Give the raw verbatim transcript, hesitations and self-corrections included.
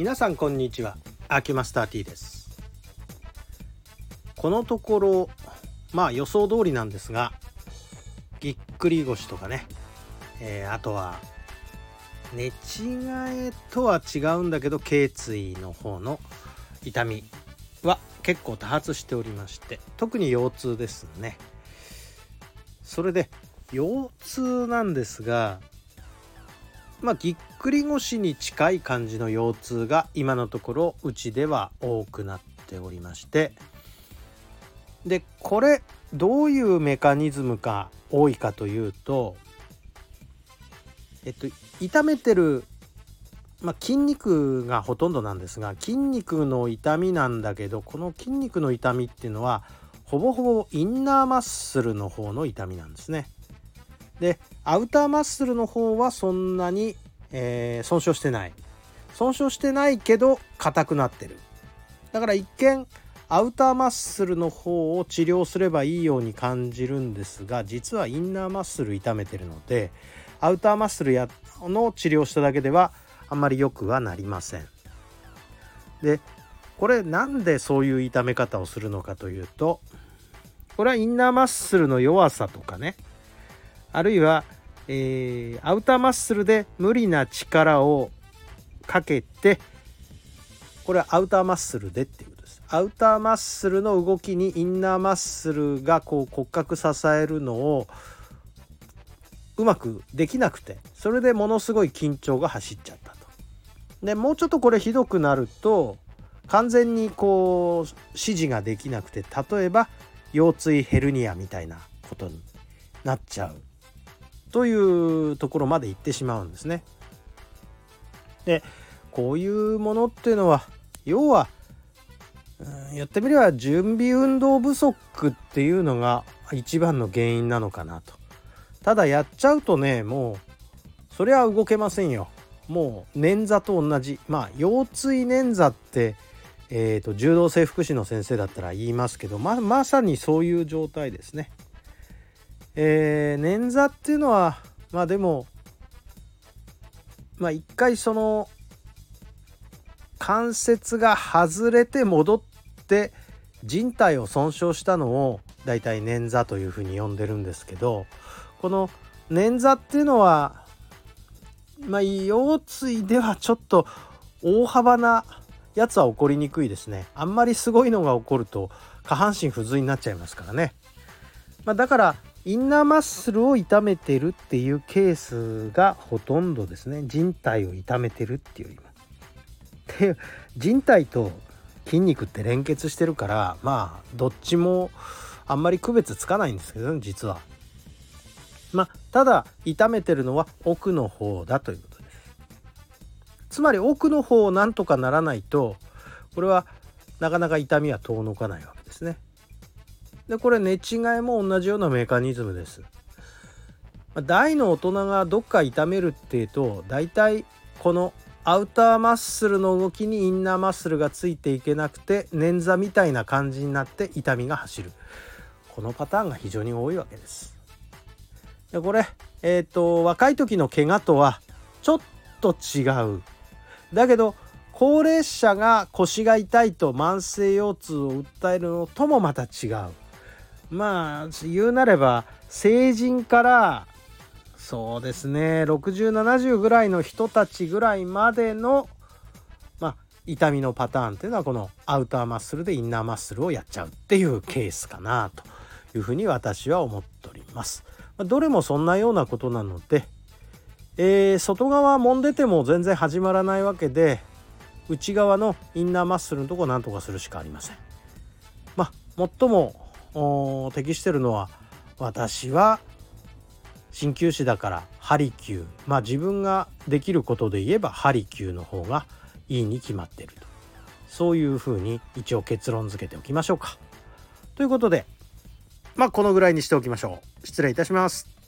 皆さんこんにちは、アキュマスター T です。このところまあ予想通りなんですが、ぎっくり腰とかね、えー、あとは寝違えとは違うんだけど頸椎の方の痛みは結構多発しておりまして、特に腰痛ですね。それで腰痛なんですが、まあぎっくり腰に近い感じの腰痛が今のところうちでは多くなっておりまして、でこれどういうメカニズムが多いかというと、えっと痛めてる、まあ、筋肉がほとんどなんですが、筋肉の痛みなんだけど、この筋肉の痛みっていうのはほぼほぼインナーマッスルの方の痛みなんですね。でアウターマッスルの方はそんなに、えー、損傷してない損傷してないけど硬くなってる。だから一見アウターマッスルの方を治療すればいいように感じるんですが、実はインナーマッスル痛めてるので、アウターマッスルやの治療しただけではあんまり良くはなりません。でこれなんでそういう痛め方をするのかというと、これはインナーマッスルの弱さとかね、あるいは、えー、アウターマッスルで無理な力をかけて、これはアウターマッスルでっていうことです。アウターマッスルの動きにインナーマッスルがこう骨格支えるのをうまくできなくて、それでものすごい緊張が走っちゃったと。でもうちょっとこれひどくなると、完全にこう指示ができなくて、例えば腰椎ヘルニアみたいなことになっちゃうというところまで行ってしまうんですね。でこういうものっていうのは、要は、うん、言ってみれば準備運動不足っていうのが一番の原因なのかなと。ただやっちゃうとね、もうそれは動けませんよ。もう捻挫と同じ、まあ腰椎捻挫って、えーと、柔道整復師の先生だったら言いますけど、ま, まさにそういう状態ですね。えー、捻挫っていうのはまあでもまあ一回その関節が外れて戻って靭帯を損傷したのをだいたい捻挫というふうに呼んでるんですけど、この捻挫っていうのはまあ腰椎ではちょっと大幅なやつは起こりにくいですね。あんまりすごいのが起こると下半身不随になっちゃいますからね。まあ、だからインナーマッスルを痛めてるっていうケースがほとんどですね。靭帯を痛めてるっていうよりも。で靭帯と筋肉って連結してるから、まあどっちもあんまり区別つかないんですけど、ね、実は。まあただ痛めてるのは奥の方だということです。つまり奥の方をなんとかならないと、これはなかなか痛みは遠のかないわけですね。でこれ寝違えも同じようなメカニズムです。大の大人がどっか痛めるっていうと、だいたいこのアウターマッスルの動きにインナーマッスルがついていけなくて、捻挫みたいな感じになって痛みが走る、このパターンが非常に多いわけです。でこれ、えーと、若い時の怪我とはちょっと違う。だけど高齢者が腰が痛いと慢性腰痛を訴えるのともまた違う。まあ言うなれば成人からそうですねろくじゅうななじゅうぐらいの人たちぐらいまでの、まあ、痛みのパターンっていうのは、このアウターマッスルでインナーマッスルをやっちゃうっていうケースかなというふうに私は思っております。どれもそんなようなことなので、えー、外側揉んでても全然始まらないわけで、内側のインナーマッスルのところをなんとかするしかありません。まあ最も適しているのは、私は鍼灸師だからハリキュー、まあ自分ができることで言えばハリキューの方がいいに決まっていると、そういうふうに一応結論付けておきましょうか。ということで、まあこのぐらいにしておきましょう。失礼いたします。